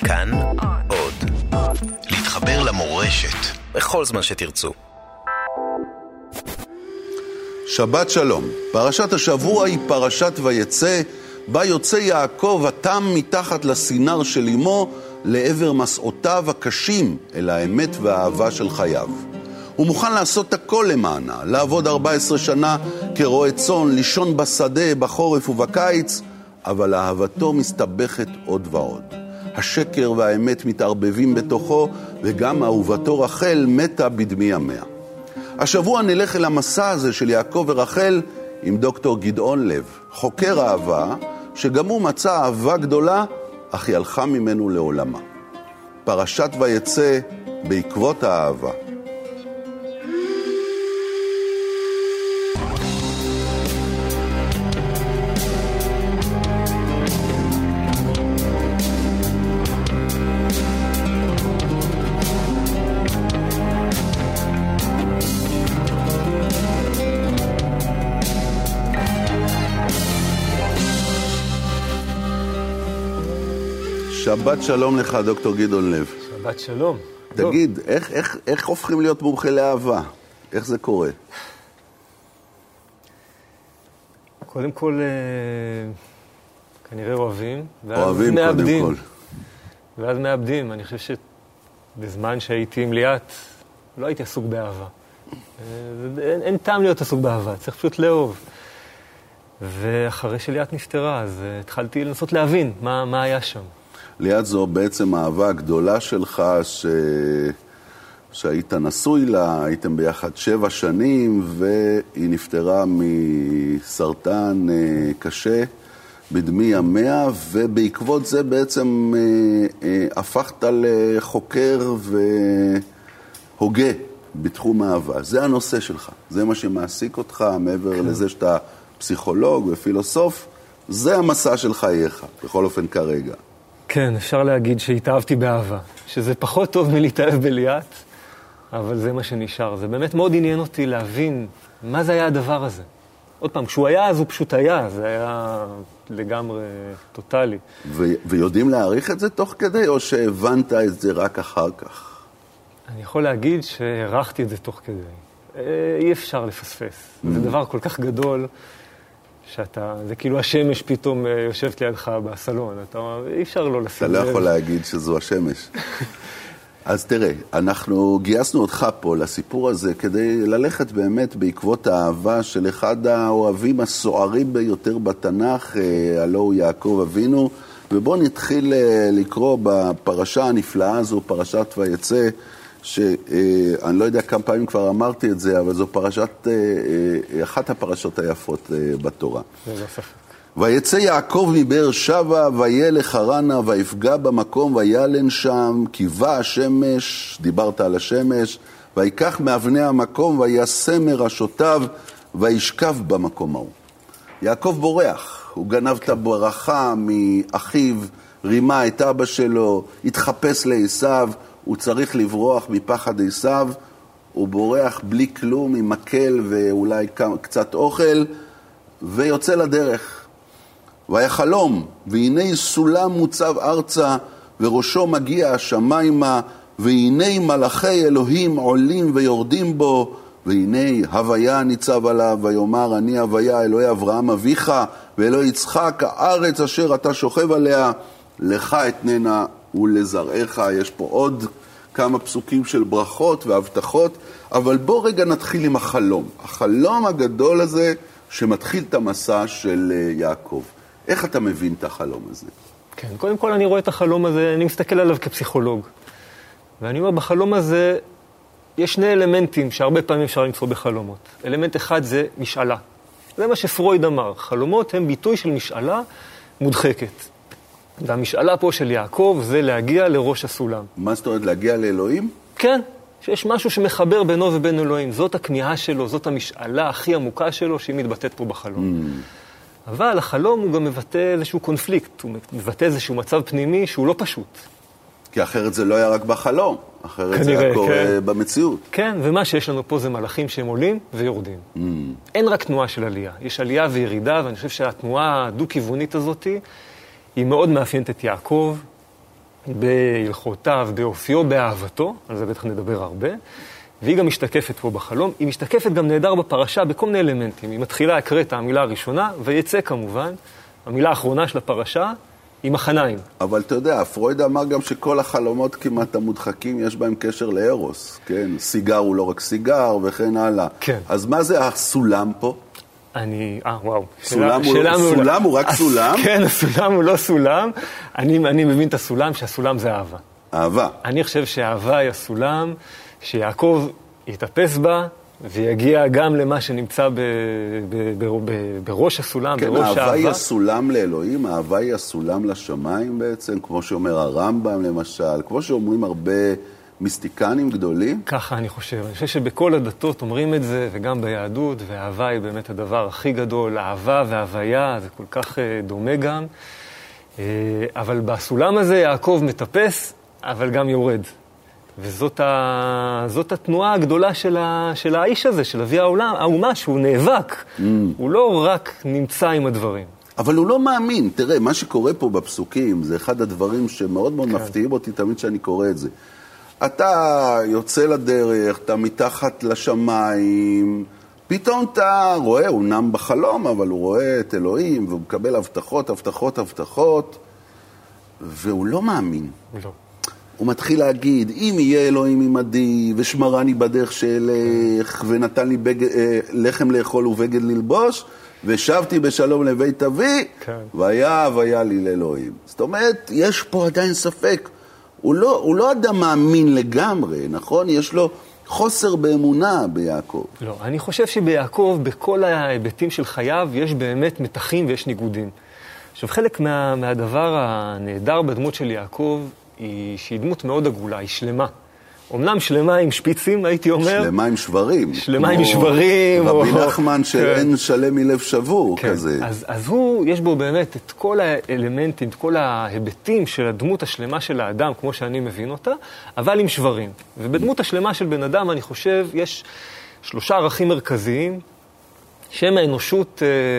כאן עוד. להתחבר למורשת בכל זמן שתרצו. שבת שלום. פרשת השבוע היא פרשת ויצא, בה יוצא יעקב התם מתחת לסינר של אמו לעבר מסעותיו הקשים אל האמת והאהבה של חייו. הוא מוכן לעשות הכל למענה, לעבוד 14 שנה כרועה צאן, לישון בשדה בחורף ובקיץ, אבל אהבתו מסתבכת עוד ועוד. השקר והאמת מתערבבים בתוכו, וגם אהובתו רחל מתה בדמי ימיה. השבוע נלך אל המסע הזה של יעקב ורחל עם דוקטור גדעון לב, חוקר אהבה, שגם הוא מצא אהבה גדולה, אך היא הלכה ממנו לעולמה. פרשת ויצא בעקבות האהבה. שבת שלום לך, דוקטור גדעון לב. שבת שלום. תגיד, איך הופכים להיות מומחה לאהבה? איך זה קורה? קודם כל, כנראה אוהבים. אוהבים קודם כל. ואז מאבדים. אני חושב שבזמן שהייתי עם ליאת, לא הייתי עסוק באהבה. אין טעם להיות עסוק באהבה, צריך פשוט לאהוב. ואחרי שליאת נפטרה, אז התחלתי לנסות להבין מה היה שם. ליאת זו בעצם האהבה הגדולה שלך שהיית נשוי לה, הייתם ביחד 7 שנים, והיא נפטרה מסרטן קשה בדמי ימיה, ובעקבות זה בעצם הפכת לחוקר והוגה בתחום האהבה. זה הנושא שלך, זה מה שמעסיק אותך, מעבר לזה שאתה פסיכולוג ופילוסוף, זה המסע של חייך, בכל אופן כרגע. כן, אפשר להגיד שהתאהבתי באהבה, שזה פחות טוב מלהתאהב בליאת, אבל זה מה שנשאר. זה באמת מאוד עניין אותי להבין מה זה היה הדבר הזה. עוד פעם, כשהוא היה, אז הוא פשוט היה, זה היה לגמרי טוטלי. ויודעים להעריך את זה תוך כדי, או שהבנת את זה רק אחר כך? אני יכול להגיד שהערכתי את זה תוך כדי. אי אפשר לפספס. זה דבר כל כך גדול, זה כאילו השמש פתאום יושבת לידך בסלון, אי אפשר לא לשים אתה לא יכול להגיד שזו השמש. אז תראה, אנחנו גייסנו אותך פה לסיפור הזה כדי ללכת באמת בעקבות האהבה של אחד האוהבים הסוערים ביותר בתנ"ך, הלא הוא יעקב אבינו, ובואו נתחיל לקרוא בפרשה הנפלאה הזו, פרשת ויצא, שאני לא יודע כמה פעמים כבר אמרתי את זה, אבל זו אחת הפרשות היפות בתורה. ויצא יעקב מבאר שבע, וילך חרנה, ויפגע במקום, וילן שם, כי בא השמש, דיברת על השמש, ויקח מאבני המקום, וישם מראשותיו, וישכב במקום ההוא. יעקב בורח, הוא גנב את הברכה מאחיו, רימה את אבא שלו, התחפש לעשיו, הוא צריך לברוח מפחד עשיו, הוא בורח בלי כלום, עם מקל ואולי קצת אוכל, ויוצא לדרך. ויחלום, והנה סולם מוצב ארצה, וראשו מגיע השמיימה, והנה מלאכי אלוהים עולים ויורדים בו, והנה הוויה ניצב עליו, ויאמר אני הוויה אלוהי אברהם אביך, ואלוהי יצחק, הארץ אשר אתה שוכב עליה, לך אתננה ולזרעך. יש פה עוד כמה פסוקים של ברכות והבטחות, אבל בוא רגע נתחיל עם החלום. החלום הגדול הזה שמתחיל את המסע של יעקב. איך אתה מבין את החלום הזה? כן, קודם כל אני רואה את החלום הזה, אני מסתכל עליו כפסיכולוג. ואני אומר, בחלום הזה יש 2 אלמנטים שהרבה פעמים אפשר למצוא בחלומות. אלמנט אחד זה משאלה. זה מה שפרויד אמר. חלומות הם ביטוי של משאלה מודחקת. והמשאלה פה של יעקב זה להגיע לראש הסולם. מה זאת אומרת, להגיע לאלוהים? כן, שיש משהו שמחבר בינו ובין אלוהים. זאת הכמיהה שלו, זאת המשאלה הכי עמוקה שלו שהיא מתבטאת פה בחלום. אבל החלום הוא גם מבטא איזשהו קונפליקט, הוא מבטא איזשהו מצב פנימי שהוא לא פשוט. כי אחרת זה לא היה רק בחלום, אחרת זה היה קורה במציאות. כן, ומה שיש לנו פה זה מלאכים שהם עולים ויורדים. אין רק תנועה של עלייה, יש עלייה וירידה, ואני חושב שהתנועה הדו-כיוונית הזאת היא מאוד מאפיינת את יעקב, בהלכותיו, באופיו, באהבתו, על זה בטח נדבר הרבה, והיא גם משתקפת פה בחלום. היא משתקפת גם נהדר בפרשה בכל מיני אלמנטים. היא מתחילה להקריא את המילה הראשונה, ויצא כמובן, המילה האחרונה של הפרשה, היא מחניים. אבל אתה יודע, פרויד אמר גם שכל החלומות כמעט המודחקים יש בהם קשר לארוס, כן? סיגר הוא לא רק סיגר וכן הלאה. כן. אז מה זה הסולם פה? וואו. סולם הוא רק סולם? כן, הסולם הוא לא סולם. אני מבין את הסולם, שהסולם זה אהבה. אהבה. אני חושב שהאהבה היא הסולם, שיעקב יתאפס בה, ויגיע גם למה שנמצא בראש הסולם, כן, בראש האהבה. האהבה היא הסולם לאלוהים, האהבה היא הסולם לשמיים בעצם, כמו שאומר הרמב"ם למשל, כמו שאומרים הרבה מיסטיקנים גדולים. ככה אני חושב. אני חושב שבכל הדתות אומרים את זה, וגם ביהדות, והאהבה היא באמת הדבר הכי גדול. האהבה וההוויה, זה כל כך דומה גם. אבל בסולם הזה יעקב מטפס, אבל גם יורד. וזאת התנועה הגדולה של האיש הזה, של אבי האומה, שהוא נאבק. הוא לא רק נמצא עם הדברים. אבל הוא לא מאמין. תראה, מה שקורה פה בפסוקים, זה אחד הדברים שמאוד מאוד מפתיעים אותי תמיד שאני קורא את זה. אתה יוצא לדרך, אתה מתחת לשמיים, פתאום אתה רואה, הוא נם בחלום, אבל הוא רואה את אלוהים, והוא מקבל הבטחות, הבטחות, הבטחות, והוא לא מאמין. לא. הוא מתחיל להגיד, אם יהיה אלוהים עמדי, ושמרני בדרך שאלך, ונתן לי לחם לאכול ובגד ללבוש, ושבתי בשלום לבית אבי, והיה לי לאלוהים. זאת אומרת, יש פה עדיין ספק. הוא לא אדם מאמין לגמרי, נכון? יש לו חוסר באמונה ביעקב. לא, אני חושב שביעקב, בכל ההיבטים של חייו, יש באמת מתחים ויש ניגודים. עכשיו, חלק מהדבר הנהדר בדמות של יעקב, שהיא דמות מאוד עגולה, היא שלמה. אמנם שלמה עם שפיצים, הייתי אומר. שלמה עם שברים. שלמה עם שברים. רבי נחמן שאין שלם מלב שבור כזה. אז יש בו באמת את כל האלמנטים, את כל ההיבטים של הדמות השלמה של האדם, כמו שאני מבין אותה, אבל עם שברים. ובדמות השלמה של בן אדם, אני חושב, יש 3 ערכים מרכזיים, שם האנושות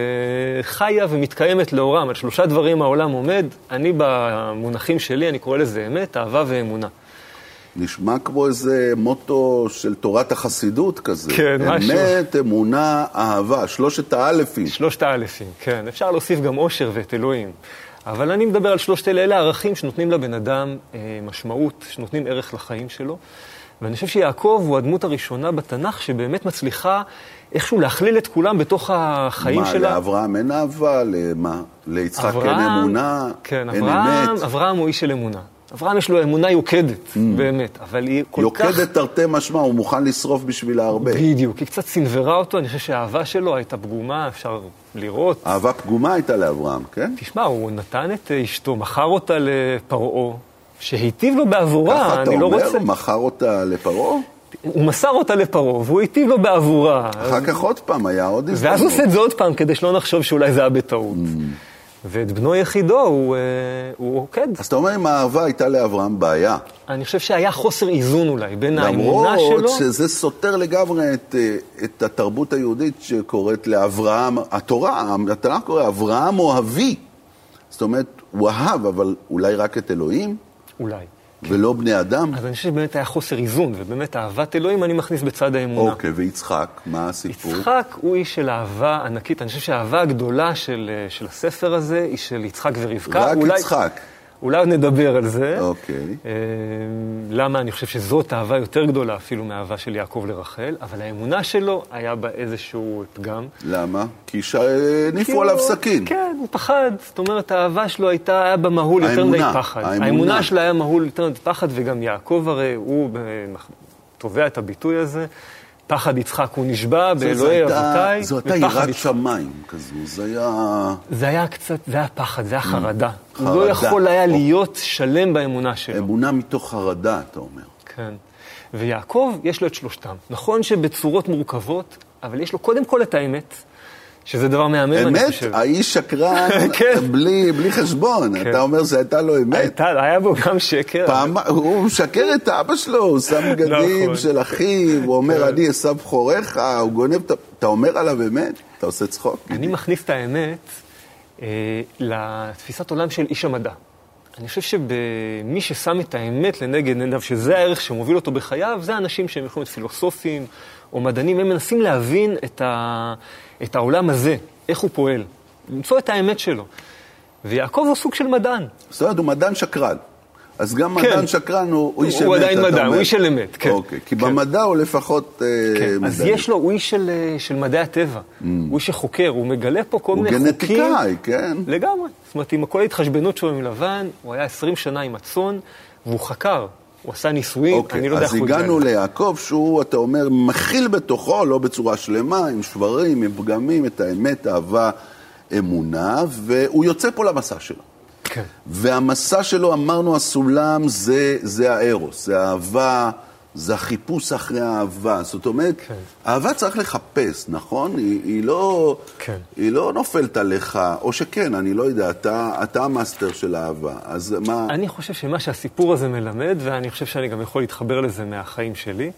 חיה ומתקיימת לאורם. על 3 דברים העולם עומד. אני במונחים שלי, אני קורא לזה אמת, אהבה ואמונה. נשמע כמו איזה מוטו של תורת החסידות כזה. כן, משהו. אמת, אמונה, אהבה, 3 האלפים. 3 האלפים, כן. אפשר להוסיף גם אושר ואת אלוהים. אבל אני מדבר על 3 אלה ערכים שנותנים לבן אדם משמעות, שנותנים ערך לחיים שלו. ואני חושב שיעקב הוא הדמות הראשונה בתנ"ך שבאמת מצליחה איכשהו להכליל את כולם בתוך החיים שלה. מה, לאברהם אין אהבה? למה? ליצחק אין אמונה? כן, אין אמת? אברהם הוא איש של אמונה. אברהם יש לו אמונה יוקדת, באמת, אבל היא כל כך... יוקדת תרתי משמע, הוא מוכן לשרוף בשבילה הרבה. בדיוק, היא קצת סנוורה אותו, אני חושב שהאהבה שלו הייתה פגומה, אפשר לראות. אהבה פגומה הייתה לאברהם, כן? תשמע, הוא נתן את אשתו, מכר אותה לפרעה, שהיטיב לו בעבורה, אני לא רוצה... ככה אתה אומר, מכר אותה לפרעה? הוא מסר אותה לפרעה, והוא היטיב לו בעבורה. אחר כך עוד פעם, היה עוד הזדמנות. ואז הוא עושה את זה עוד פעם, כדי שלא נחשוב שאולי זה היה בטעות. ואת בנו יחידו הוא עוקד. אז אתה אומר, אם האהבה הייתה לאברהם בעיה. אני חושב שהיה חוסר איזון אולי בין האמונה שלו. למרות שזה סותר לגמרי את התרבות היהודית שקוראת לאברהם, התנ"ך קורא אברהם אוהבי. זאת אומרת, הוא אהב, אבל אולי רק את אלוהים? אולי. ולא בני אדם? אז אני חושב שבאמת היה חוסר איזון, ובאמת אהבת אלוהים אני מכניס בצד האמונה. אוקיי, ויצחק, מה הסיפור? יצחק הוא איש של אהבה ענקית. אני חושב שהאהבה הגדולה של הספר הזה היא של יצחק ורבקה. רק יצחק. אולי נדבר על זה. אוקיי. למה אני חושב שזאת אהבה יותר גדולה אפילו מהאהבה של יעקב לרחל, אבל האמונה שלו היה בה איזשהו פגם. למה? כי ניפו עליו סכין. כן, הוא פחד. זאת אומרת, האהבה שלו היה בה מהול יותר מדי פחד. האמונה שלה היה מהול יותר מדי פחד, וגם יעקב הרי הוא תובע את הביטוי הזה. פחד יצחק הוא נשבע באלוהי אבותיי. זו הייתה יראת שמיים כזו, זה היה קצת, זה היה פחד, זה היה חרדה. הוא לא יכול היה להיות שלם באמונה שלו. אמונה מתוך חרדה, אתה אומר. כן. ויעקב, יש לו את 3. נכון שבצורות מורכבות, אבל יש לו קודם כל את האמת, שזה דבר מהמם, אני חושב. אמת? האיש שקרן בלי חשבון. אתה אומר שהייתה לו אמת. היה בו גם שקר. הוא משקר את אבא שלו, הוא שם בגדים של אחיו, הוא אומר, אני אשא בחוריך, הוא גונב, אתה אומר עליו אמת? אתה עושה צחוק? אני מכניס את האמת לתפיסת עולם של איש המדע. אני חושב שמי ששם את האמת לנגד עיניו, שזה הערך שמוביל אותו בחייו, זה האנשים שהם יכולים להיות פילוסופים או מדענים, הם מנסים להבין את העולם הזה, איך הוא פועל, למצוא את האמת שלו. ויעקב הוא סוג של מדען. זאת אומרת, הוא מדען שקרן. אז גם מדען שקרן הוא איש אמת. הוא עדיין מדען, הוא איש של אמת, כן. אוקיי, כי במדע הוא לפחות מדען. אז יש לו, הוא איש של מדעי הטבע. הוא איש שחוקר, הוא מגלה פה כל מיני חוקים. הוא גנטיקאי, כן. לגמרי. זאת אומרת, עם כל ההתחשבנות שלו עם לבן, הוא היה 20 שנה עם הצאן, והוא חקר. הוא עשה ניסויים, אני לא יודע איך הוא אז הגענו ליעקב שהוא, אתה אומר, מכיל בתוכו, לא בצורה שלמה, עם שברים, עם פגמים, את האמת, אהבה, אמונה, והוא יוצא פה למסע שלו. כן. והמסע שלו, אמרנו, הסולם זה הארוס, זה האהבה, זה החיפוש אחרי האהבה. זאת אומרת, כן. אהבה צריך לחפש, נכון? היא לא נופלת עליך, או שכן, אני לא יודע, אתה המאסטר של האהבה. אז מה... אני חושב שמה שהסיפור הזה מלמד, ואני חושב שאני גם יכול להתחבר לזה מהחיים שלי,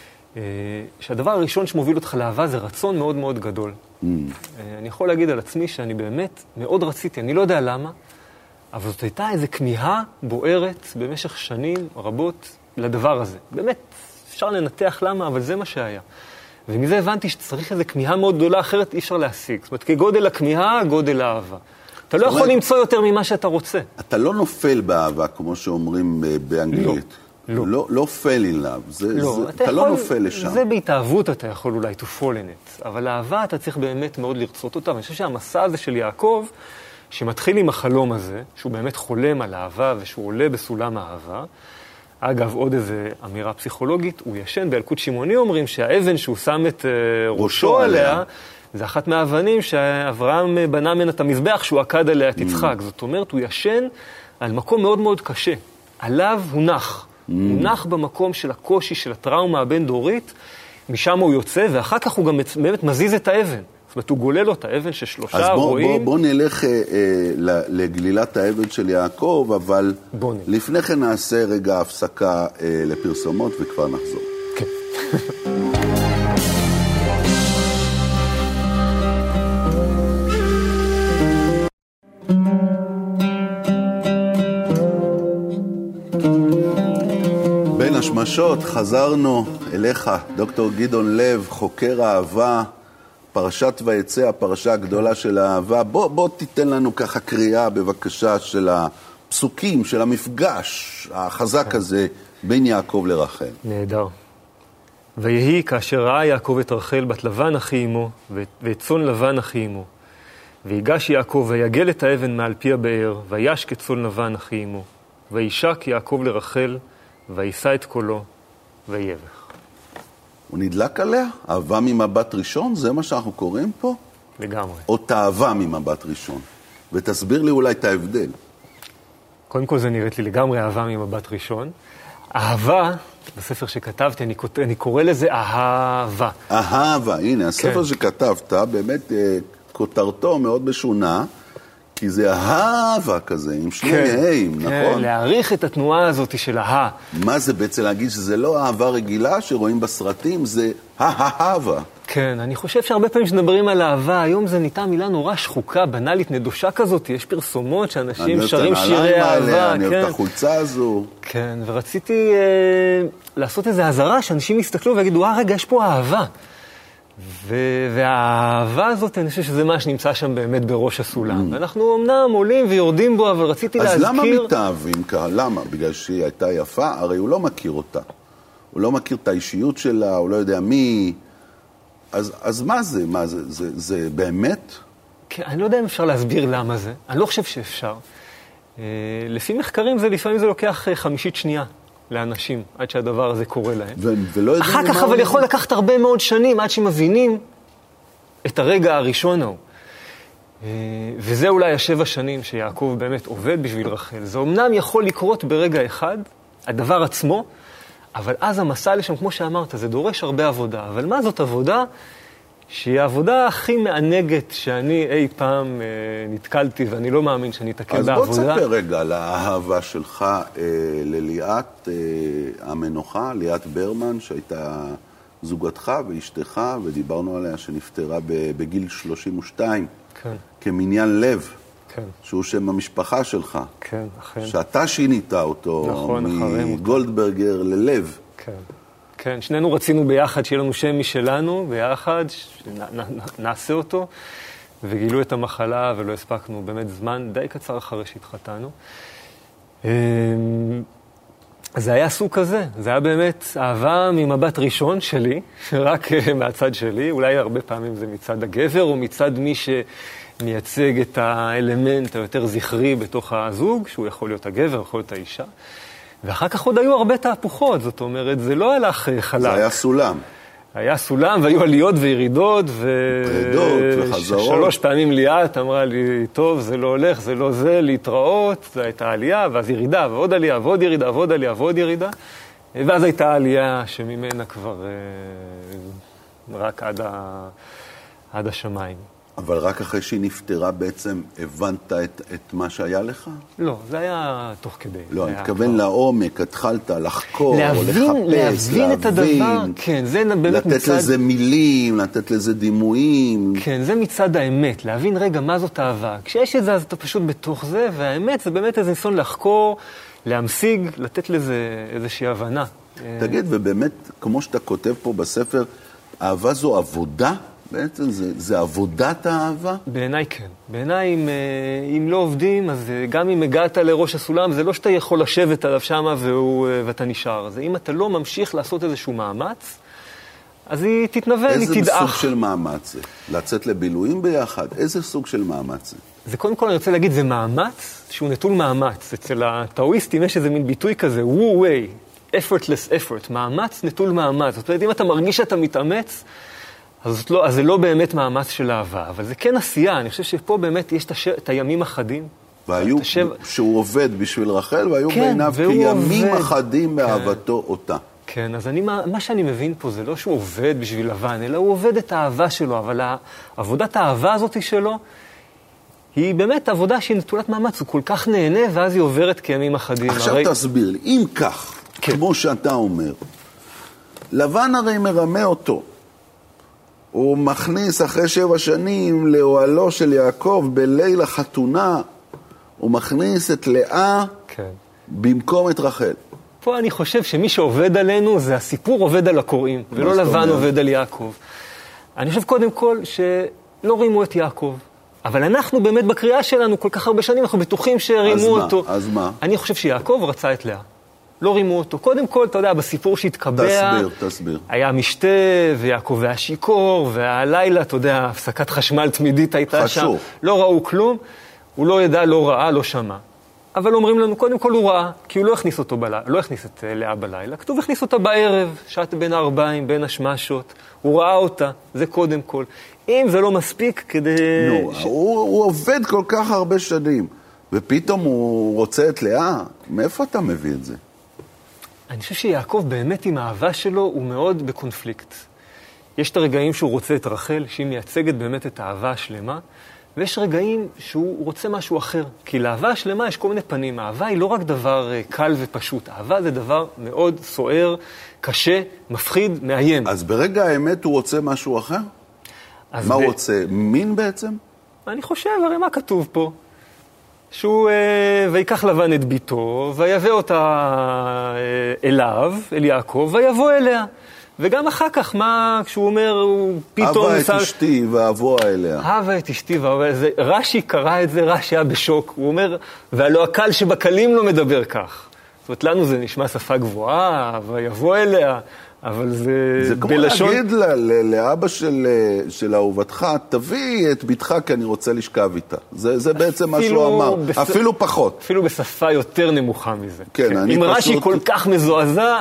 שהדבר הראשון שמוביל אותך לאהבה זה רצון מאוד מאוד גדול. אני יכול להגיד על עצמי שאני באמת מאוד רציתי, אני לא יודע למה, אבל זאת הייתה איזו כמיהה בוערת במשך שנים רבות לדבר הזה. באמת, אפשר לנתח למה, אבל זה מה שהיה. ומזה הבנתי שצריך איזו כמיהה מאוד גדולה, אחרת אי אפשר להשיג. זאת אומרת, כגודל הכמיהה, גודל האהבה. אתה לא יכול למצוא יותר ממה שאתה רוצה. אתה לא נופל באהבה, כמו שאומרים באנגלית. לא fall in love. אתה לא נופל לשם. זה בהתאהבות אתה יכול אולי to fall in it. אבל האהבה אתה צריך באמת מאוד לרצות אותה. ואני חושב שהמסע הזה של יעקב, שמתחיל עם החלום הזה, שהוא באמת חולם על אהבה ושהוא עולה בסולם האהבה. אגב, עוד איזו אמירה פסיכולוגית, הוא ישן באלקוט שמעוני אומרים שהאבן שהוא שם את ראשו עליה, זה אחת מהאבנים שאברהם בנה מן את המזבח שהוא עקד עליה את יצחק. זאת אומרת, הוא ישן על מקום מאוד מאוד קשה. עליו הוא נח. הוא נח במקום של הקושי, של הטראומה הבין-דורית, משם הוא יוצא, ואחר כך הוא גם באמת מזיז את האבן. זאת אומרת, הוא גולל אותה, אבן ששלושה רואים. אז בוא נלך לגלילת האבן של יעקב, אבל לפני כן נעשה רגע הפסקה לפרסומות וכבר נחזור. כן. בין השמשות חזרנו אליך, דוקטור גדעון לב, חוקר האהבה, פרשת ויצא, הפרשה הגדולה של האהבה. בוא תיתן לנו ככה קריאה בבקשה של הפסוקים, של המפגש החזק הזה בין יעקב לרחל. נהדר. ויהי כאשר ראה יעקב את רחל בת לבן אחי אמו, ואת צאן לבן אחי אמו. ויגש יעקב ויגל את האבן מעל פי הבאר, ויש כצאן לבן אחי אמו. וישק יעקב לרחל, וישא את קולו, ויבך. הוא נדלק עליה? אהבה ממבט ראשון? זה מה שאנחנו קוראים פה? לגמרי. או תאווה ממבט ראשון? ותסביר לי אולי את ההבדל. קודם כל זה נראית לי לגמרי אהבה ממבט ראשון. אהבה, בספר שכתבתי, אני קורא לזה אהבה. אהבה, הנה, הספר שכתבת, באמת כותרתו מאוד משונה, כי זה אהבה כזה, עם שני היים, נכון? כן, להעריך את התנועה הזאת של אהה. מה זה בעצם להגיד שזה לא אהבה רגילה שרואים בסרטים, זה אהבה. כן, אני חושב שהרבה פעמים שנדברים על אהבה, היום זה ניתן מילה נורא שחוקה, בנאלית, נדושה כזאת, יש פרסומות שאנשים שרים שירי אהבה. אני אוהב את החולצה הזו. כן, ורציתי לעשות איזו הזרה, שאנשים יסתכלו ויגידו, רגע, יש פה אהבה. והאהבה הזאת, אני חושב שזה מה שנמצא שם באמת בראש הסולם. ואנחנו אמנם עולים ויורדים בו, אבל רציתי להזכיר... אז למה מתאהבים ככה? למה? בגלל שהיא הייתה יפה? הרי הוא לא מכיר אותה. הוא לא מכיר את האישיות שלה, הוא לא יודע מי... אז מה זה? זה באמת? כן, אני לא יודע אם אפשר להסביר למה זה. אני לא חושב שאפשר. לפי מחקרים לפעמים זה לוקח 50 שנייה. לאנשים, עד שהדבר הזה קורה להם. ולא אחר כך אבל יכול לקחת הרבה מאוד שנים עד שמבינים את הרגע הראשון ההוא. וזה אולי 7 שנים שיעקב באמת עובד בשביל רחל. זה אומנם יכול לקרות ברגע אחד, הדבר עצמו, אבל אז המסע לשם, כמו שאמרת, זה דורש הרבה עבודה. אבל מה זאת עבודה? שהיא העבודה הכי מענגת שאני אי פעם נתקלתי, ואני לא מאמין שאני אתקל בעבודה. אז בוא תספר רגע על האהבה שלך לליאת המנוחה, ליאת ברמן, שהייתה זוגתך ואשתך, ודיברנו עליה שנפטרה בגיל 32, כן. כמניין לב. כן. שהוא שם המשפחה שלך. כן, אכן. שאתה שינית אותו, נכון, מגולדברגר ללב. כן. כן, שנינו רצינו ביחד שיהיה לנו שם משלנו, ביחד, נעשה אותו, וגילו את המחלה ולא הספקנו באמת זמן די קצר אחרי שהתחתנו. זה היה סוג כזה, זה היה באמת אהבה ממבט ראשון שלי, רק מהצד שלי, אולי הרבה פעמים זה מצד הגבר או מצד מי שמייצג את האלמנט היותר זכרי בתוך הזוג, שהוא יכול להיות הגבר, יכול להיות האישה. ואחר כך עוד היו הרבה תהפוכות, זאת אומרת, זה לא הלך חלק. זה היה סולם. היה סולם, והיו עליות וירידות, פרדות וחזרות. 3 פעמים ליאת אמרה לי, טוב, זה לא הולך, זה לא זה, להתראות, זו הייתה עלייה, ואז ירידה, ועוד עלייה, ועוד ירידה, ועוד עלייה, ועוד ירידה. ואז הייתה עלייה שממנה כבר רק עד השמיים. אבל רק אחרי שהיא נפטרה בעצם הבנת את מה שהיה לך? לא, זה היה תוך כדי. לא, אני מתכוון לעומק, התחלת לחקור, להבין את הדבר, כן, זה באמת לתת לזה מילים, לתת לזה דימויים. כן, זה מצד האמת, להבין רגע מה זאת אהבה. כשיש את זה, אז אתה פשוט בתוך זה, והאמת זה באמת איזה ניסיון לחקור, להמשיג, לתת לזה איזושהי הבנה. תגיד, ובאמת, כמו שאתה כותב פה בספר, אהבה זו עבודה? בעצם זה עבודת האהבה? בעיניי כן. בעיניי אם לא עובדים, אז גם אם הגעת לראש הסולם, זה לא שאתה יכול לשבת עליו שמה ואתה נשאר. זה אם אתה לא ממשיך לעשות איזשהו מאמץ, אז היא תתנבל, היא תדעך. איזה סוג של מאמץ זה? לצאת לבילויים ביחד? איזה סוג של מאמץ זה? זה קודם כל אני רוצה להגיד, זה מאמץ שהוא נטול מאמץ. אצל הטאואיסטים יש איזה מין ביטוי כזה, woo-way, effortless effort, מאמץ נטול מאמץ. זאת אומרת, אם אתה מרגיש שאתה מתאמץ, אז זה לא באמת מאמץ של אהבה, אבל זה כן עשייה. אני חושב שפה באמת יש את הימים החדים. והיו, שהוא עובד בשביל רחל, והיו בעיניו כימים אחדים באהבתו אותה. כן, אז מה שאני מבין פה זה לא שהוא עובד בשביל לבן, אלא הוא עובד את האהבה שלו, אבל עבודת האהבה הזאת שלו, היא באמת עבודה שהיא נטולת מאמץ, הוא כל כך נהנה, ואז היא עוברת כימים אחדים. עכשיו תסביר לי, אם כך, כמו שאתה אומר, לבן הרי מרמה אותו. הוא מכניס אחרי 7 שנים לאוהלו של יעקב בליל החתונה, הוא מכניס את לאה במקום את רחל. פה אני חושב שמי שעובד עלינו, זה הסיפור עובד על הקוראים, ולא לבן עובד על יעקב. אני חושב קודם כל שלא רימו את יעקב, אבל אנחנו באמת בקריאה שלנו כל כך הרבה שנים, אנחנו בטוחים שרימו אותו. אז מה? אני חושב שיעקב רצה את לאה. לא רימו אותו. קודם כל, אתה יודע, בסיפור שהתקבע, תסביר. היה משתה, ויעקב היה שיקור, והלילה, אתה יודע, הפסקת חשמל תמידית הייתה שם. לא ראו כלום, הוא לא ידע, לא ראה, לא שמע. אבל אומרים לנו, קודם כל הוא ראה, כי הוא לא הכניס אותו לא הכניס את לאה בלילה, כתוב הכניס אותה בערב, שעת בין הערביים, בין השמשות, הוא ראה אותה, זה קודם כל. אם זה לא מספיק כדי... הוא עובד כל כך הרבה שנים, ופתאום הוא רוצה את לאה, מאיפה אתה מביא את זה? אני חושב שיעקב באמת עם האהבה שלו הוא מאוד בקונפליקט. יש את הרגעים שהוא רוצה את רחל, שהיא מייצגת באמת את האהבה השלמה, ויש רגעים שהוא רוצה משהו אחר. כי לאהבה השלמה יש כל מיני פנים. האהבה היא לא רק דבר קל ופשוט. אהבה זה דבר מאוד סוער, קשה, מפחיד, מאיים. אז ברגע האמת הוא רוצה משהו אחר? מה הוא רוצה? מין בעצם? אני חושב, הרי מה כתוב פה? שהוא ויקח לבן את ביתו, ויבא אותה אליו, אל יעקב, ויבוא אליה. וגם אחר כך, מה, כשהוא אומר, הוא פתאום... אהבה את אשתי ואבוא אליה. אהבה את אשתי ואבוא אליה. רש"י קרא את זה, רש"י היה בשוק. הוא אומר, והלא הקל שבקלים לא מדבר כך. זאת אומרת, לנו זה נשמע שפה גבוהה, ויבוא אליה, אבל זה כמו בלשון... להגיד לאבא של אהובתך, תביא את ביתך כי אני רוצה לשכב איתה. זה בעצם מה שהוא אמר. אפילו פחות. אפילו בשפה יותר נמוכה מזה. כן, אני אם רש"י כל כך מזועזע,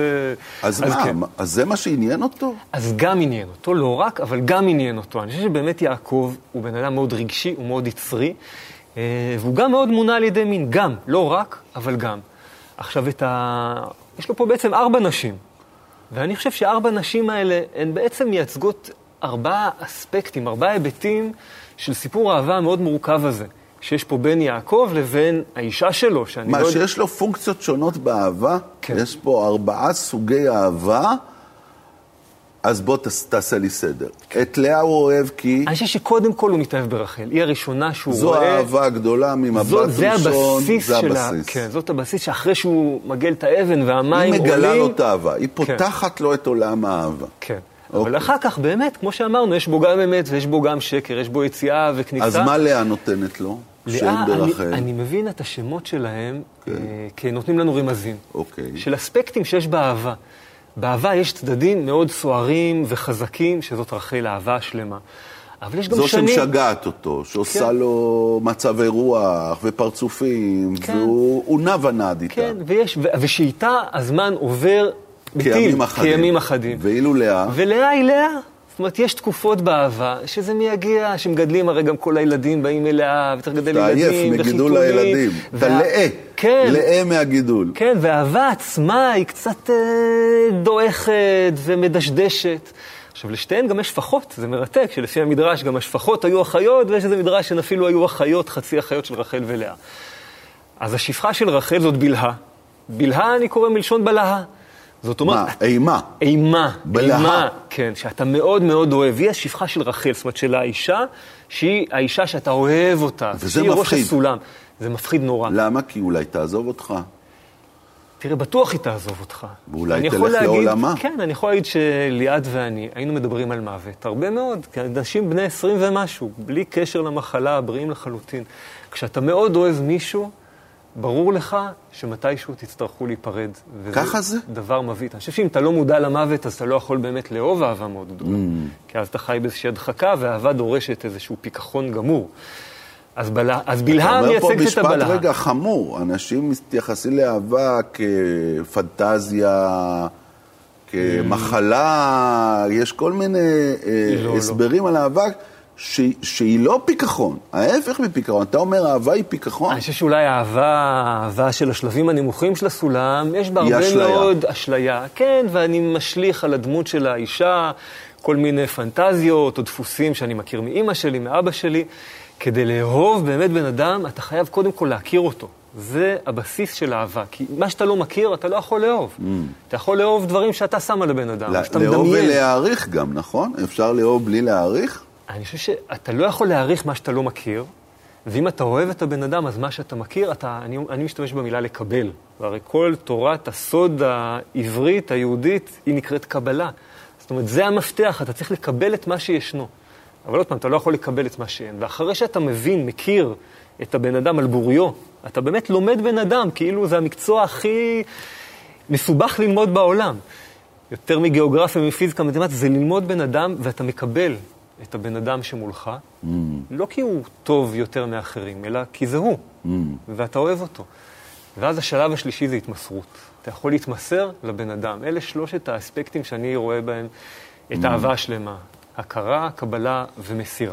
אז מה? כן. אז זה מה שעניין אותו? אז גם עניין אותו, לא רק, אבל גם עניין אותו. אני חושב שבאמת יעקב הוא בן אדם מאוד רגשי, הוא מאוד יצרי, והוא גם מאוד מונע על ידי מין. גם, לא רק, אבל גם. עכשיו, יש לו פה בעצם 4 נשים. ואני חושב ש4 נשים האלה הן בעצם מייצגות 4 אספקטים, 4 היבטים של סיפור האהבה המאוד מורכב הזה. שיש פה בין יעקב לבין האישה שלו. מה, שיש לו פונקציות שונות באהבה? כן. יש פה 4 סוגי אהבה, אז בוא תעשה לי סדר. את לאה הוא אוהב כי... אני חושב שקודם כל הוא מתאהב ברחל. היא הראשונה שהוא רואה... זו האהבה הגדולה ממבט ראשון, זה הבסיס שלה. כן, זאת הבסיס שאחרי שהוא מגל את האבן והמים עולים... היא מגלה לו את האהבה, היא פותחת לו את עולם האהבה. כן. אבל אחר כך באמת, כמו שאמרנו, יש בו גם אמת ויש בו גם שקר, יש בו יציאה וכניסה. אז מה לאה נותנת לו? לאה, אני מבין את השמות שלהם, כי נותנים לנו רמזים. של אספקטים שיש באהבה. באהבה יש צדדים מאוד סוערים וחזקים, שזאת רחל, האהבה השלמה. אבל יש גם זו שמשגעת אותו, שעושה לו מצבי רוח ופרצופים, והוא נע ונד איתה. כן, ושאיתה הזמן עובר כימים אחדים. ואילו לאה? ולאה היא לאה. זאת אומרת, יש תקופות באהבה, שזה מייגע, שמגדלים, הרי גם כל הילדים באים אליה, וצריך לגדל ילדים, וחיתולים. אתה עייף מגידול הילדים. אתה לאה. כן. לאה מהגידול. כן, והאהבה עצמה היא קצת דועכת ומדשדשת. עכשיו, לשתיהן גם יש שפחות, זה מרתק, שלפי המדרש גם השפחות היו אחיות, ויש איזה מדרש שאפילו היו אחיות, חצי אחיות של רחל ולאה. אז השפחה של רחל זאת בלהה. בלהה אני קורא מלשון בלהה. זאת אומרת... מה? אימה. אימה. בלהה. אימה, כן, שאתה מאוד מאוד אוהב. היא השפחה של רחל, זאת אומרת של האישה, שהיא האישה שאתה אוהב אותה. וזה מפחיד. ראש הסולם. זה מפחיד נורא. למה? כי אולי תעזוב אותך. תראה, בטוח היא תעזוב אותך. ואולי תלך לעולמה. כן, אני יכול להגיד שליעד ואני היינו מדברים על מוות. הרבה מאוד, כי אנשים בני 20 ומשהו, בלי קשר למחלה, בריאים לחלוטין. כשאתה מאוד אוהב מישהו, ברור לך שמתישהו תצטרכו להיפרד. ככה זה? דבר מבית. אני חושב שאם אתה לא מודע למוות, אז אתה לא יכול באמת לאהוב אהבה מאוד גדולה. כי אז אתה חי באיזושהי הדחקה, והאהבה דורשת איזשהו פיקחון גמור. אז בלהה מייצגת את הבלהה. אתה אומר פה משפט רגע חמור. אנשים מתייחסים לאהבה כפנטזיה, כמחלה, יש כל מיני הסברים על אהבה. שהיא לא פיקחון, ההפך מפיקחון. אתה אומר, האהבה היא פיקחון? אני חושב שאולי האהבה של השלבים הנמוכים של הסולם, יש בה הרבה מאוד אשליה. כן, ואני משליך על הדמות של האישה, כל מיני פנטזיות או דפוסים שאני מכיר מאמא שלי, מאבא שלי. כדי לאהוב באמת בן אדם, אתה חייב קודם כל להכיר אותו. זה הבסיס של האהבה. כי מה שאתה לא מכיר, אתה לא יכול לאהוב. אתה יכול לאהוב דברים שאתה שם על הבן אדם, שאתה מדמיין. לאהוב ולהעריך גם, נכון? אפשר לאהוב בלי להעריך? אני חושב שאתה לא יכול להעריך מה שאתה לא מכיר, ואם אתה אוהב את הבן אדם, אז מה שאתה מכיר, אני משתמש במילה לקבל. והרי כל תורת הסוד העברית, היהודית, היא נקראת קבלה. זאת אומרת, זה המפתח, אתה צריך לקבל את מה שישנו. אבל עוד פעם, אתה לא יכול לקבל את מה שאין. ואחרי שאתה מבין, מכיר את הבן אדם על בוריו, אתה באמת לומד בן אדם, כאילו זה המקצוע הכי מסובך ללמוד בעולם. יותר מגיאוגרפיה, מפיזיקה, מתמטיקה, זה ללמוד בן אדם, ואתה מקבל את הבן אדם שמולך, לא כי הוא טוב יותר מאחרים, אלא כי זה הוא, ואתה אוהב אותו. ואז השלב השלישי זה התמסרות. אתה יכול להתמסר לבן אדם. אלה שלושת האספקטים שאני רואה בהם את האהבה השלמה. הכרה, קבלה ומסירה.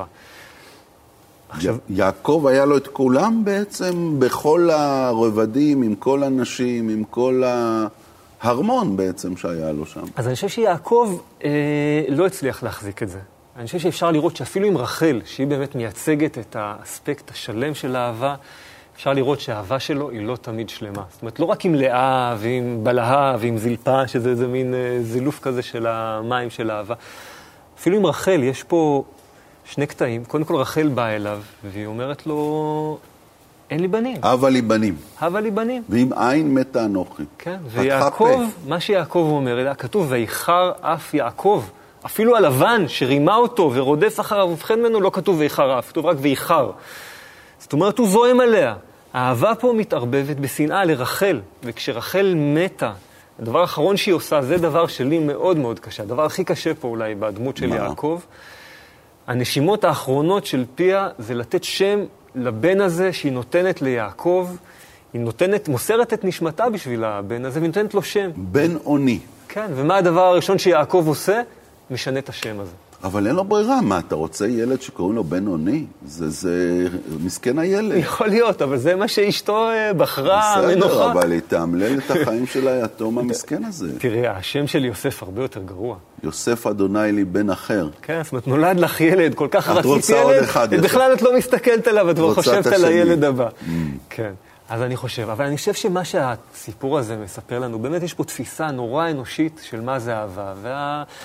יעקב היה לו את כולם בעצם, בכל הרבדים, עם כל הנשים, עם כל ההרמון בעצם שהיה לו שם. אז אני חושב שיעקב לא הצליח להחזיק את זה. אני חושב שאפשר לראות שאפילו עם רחל, שהיא באמת מייצגת את האספקט השלם של האהבה, אפשר לראות שהאהבה שלו היא לא תמיד שלמה. זאת אומרת, לא רק עם לאה ועם בלהה ועם זלפה, שזה איזה מין זילוף כזה של המים של האהבה. אפילו עם רחל, יש פה שני קטעים. קודם כל רחל באה אליו, והיא אומרת לו, אין לי בנים. הבה לי בנים. הבה לי בנים. ועם עין מתה אנוכי. כן, ויעקב, מה שיעקב אומר, אלא כתוב, ויחר אף יעקב. אפילו הלבן שרימה אותו ורודף אחריו ובחן ממנו לא כתוב ויחר אף, כתוב רק ויחר. זאת אומרת, הוא זוהם עליה. האהבה פה מתערבבת בשנאה לרחל, וכשרחל מתה, הדבר האחרון שהיא עושה, זה דבר שלי מאוד מאוד קשה. הדבר הכי קשה פה אולי בדמות של יעקב, הנשימות האחרונות של פיה זה לתת שם לבן הזה שהיא נותנת ליעקב, היא נותנת, מוסרת את נשמתה בשביל הבן הזה, והיא נותנת לו שם. בן עוני. כן, ומה הדבר הראשון שיעקב עושה? משנה את השם הזה. אבל אין לו ברירה, מה, אתה רוצה ילד שקוראים לו בן עוני? זה מסכן הילד. יכול להיות, אבל זה מה שאשתו בחרה מנוחה. בסדר, אבל היא תאמלל את החיים של היתום המסכן הזה. תראה, השם של יוסף הרבה יותר גרוע. יוסף אדוני לי בן אחר. כן, זאת אומרת, נולד לך ילד, כל כך רצית ילד, בכלל את לא מסתכלת עליו, את חושבת על הילד הבא. כן, אז אני חושב, אבל אני חושב שמה שהסיפור הזה מספר לנו, באמת יש פה תפיסה נורא אנושית של מה זה אהבה,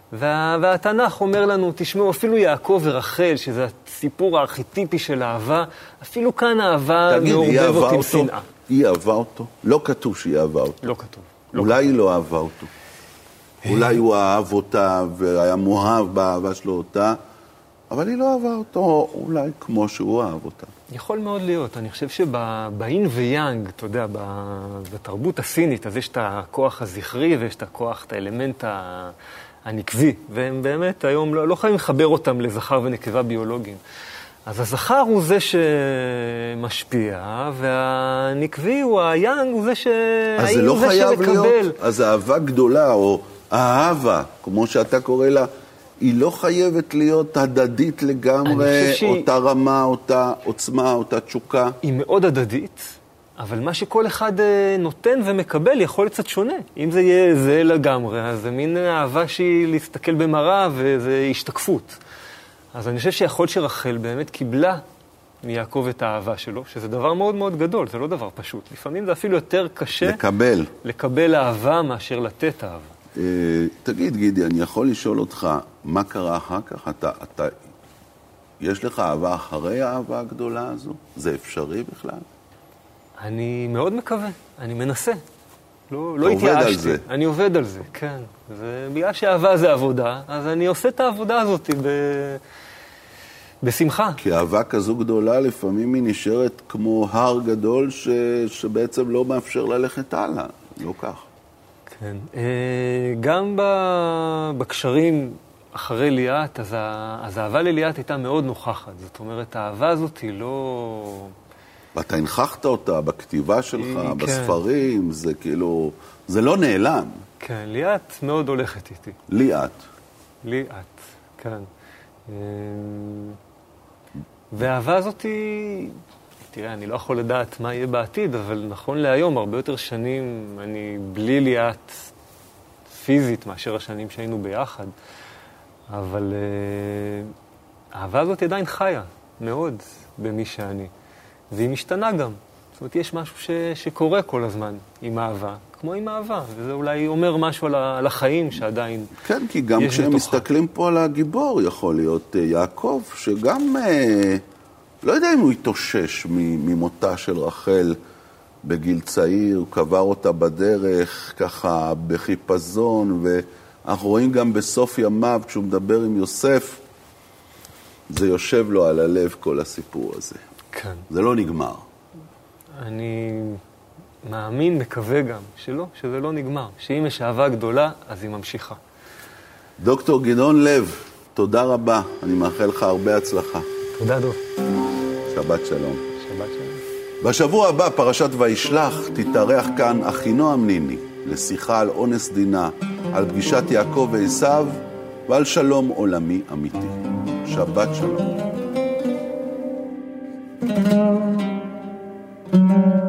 והתנ"ך אומר לנו, תשמעו, אפילו יעקב ורחל, שזה הסיפור הארכיטיפי של אהבה, אפילו כאן האהבה מעורבבת עם שנאה. היא אהבה אותו? לא כתוב שהיא אהבה אותו. לא כתוב. אולי היא לא אהבה אותו. אולי הוא אהב אותה והיה מואהב באהבה שלו אותה, אבל היא לא אהבה אותו אולי כמו שהוא אהב אותה. יכול מאוד להיות. אני חושב שבאין ויאנג, אתה יודע, בתרבות הסינית, אז יש את הכוח הזכרי ויש את הכוח, את האלמנט הנקבי, והם באמת היום לא יכולים לחבר אותם לזכר ונקבה ביולוגיים. אז הזכר הוא זה שמשפיע, והנקבי הוא היאנג, הוא זה אז זה לא חייב להיות, אז אהבה גדולה, או האהבה, כמו שאתה קורא לה, היא לא חייבת להיות הדדית לגמרי, אותה רמה, אותה עוצמה, אותה תשוקה. היא מאוד הדדית, אבל מה שכל אחד נותן ומקבל יכול להיות קצת שונה. אם זה יהיה זה לגמרי, אז זה מין אהבה שהיא להסתכל במראה וזה השתקפות. אז אני חושב שיכול שרחל באמת קיבלה מיעקב את האהבה שלו, שזה דבר מאוד מאוד גדול, זה לא דבר פשוט. לפעמים זה אפילו יותר קשה לקבל אהבה מאשר לתת אהבה. תגיד, גידי, אני יכול לשאול אותך, מה קרה אחר כך? יש לך אהבה אחרי האהבה הגדולה הזו? זה אפשרי בכלל? אני מאוד מקווה, אני מנסה. לא התייאשתי. עובד על זה. אני עובד על זה, כן. ובגלל שאהבה זה עבודה, אז אני עושה את העבודה הזאת בשמחה. כי אהבה כזו גדולה, לפעמים היא נשארת כמו הר גדול שבעצם לא מאפשר ללכת הלאה, לא כך. כן. גם בקשרים אחרי ליאת, אז האהבה לליאת הייתה מאוד נוכחת. זאת אומרת, האהבה הזאת היא לא... ואתה הנחחת אותה בכתיבה שלך, בספרים, זה כאילו... זה לא נעלם. כן, ליאת מאוד הולכת איתי. ליאת, כן. והאהבה הזאת היא... תראה, אני לא יכול לדעת מה יהיה בעתיד, אבל נכון להיום, הרבה יותר שנים אני בלי ליאת פיזית מאשר השנים שהיינו ביחד. אבל האהבה הזאת עדיין חיה, מאוד, במי שאני. והיא משתנה גם. זאת אומרת, יש משהו שקורה כל הזמן עם אהבה, כמו עם אהבה, וזה אולי אומר משהו על החיים שעדיין... כן, כי גם כשהם מסתכלים פה על הגיבור, יכול להיות יעקב, שגם... לא יודע אם הוא התאושש ממותה של רחל בגיל צעיר, הוא קבר אותה בדרך, ככה בחיפזון, ואנחנו רואים גם בסוף ימיו, כשהוא מדבר עם יוסף, זה יושב לו על הלב כל הסיפור הזה. כן. זה לא נגמר. אני מאמין, מקווה גם, שזה לא נגמר. שאם יש אהבה גדולה, אז היא ממשיכה. דוקטור גדעון לב, תודה רבה. אני מאחל לך הרבה הצלחה. תודה, דוב. שבת שלום. שבת שלום. בשבוע הבא, פרשת וישלח, תתארח כאן אחינועם ניני, לשיחה על אונס דינה, על פגישת יעקב ועשיו, ועל שלום עולמי אמיתי. שבת שלום.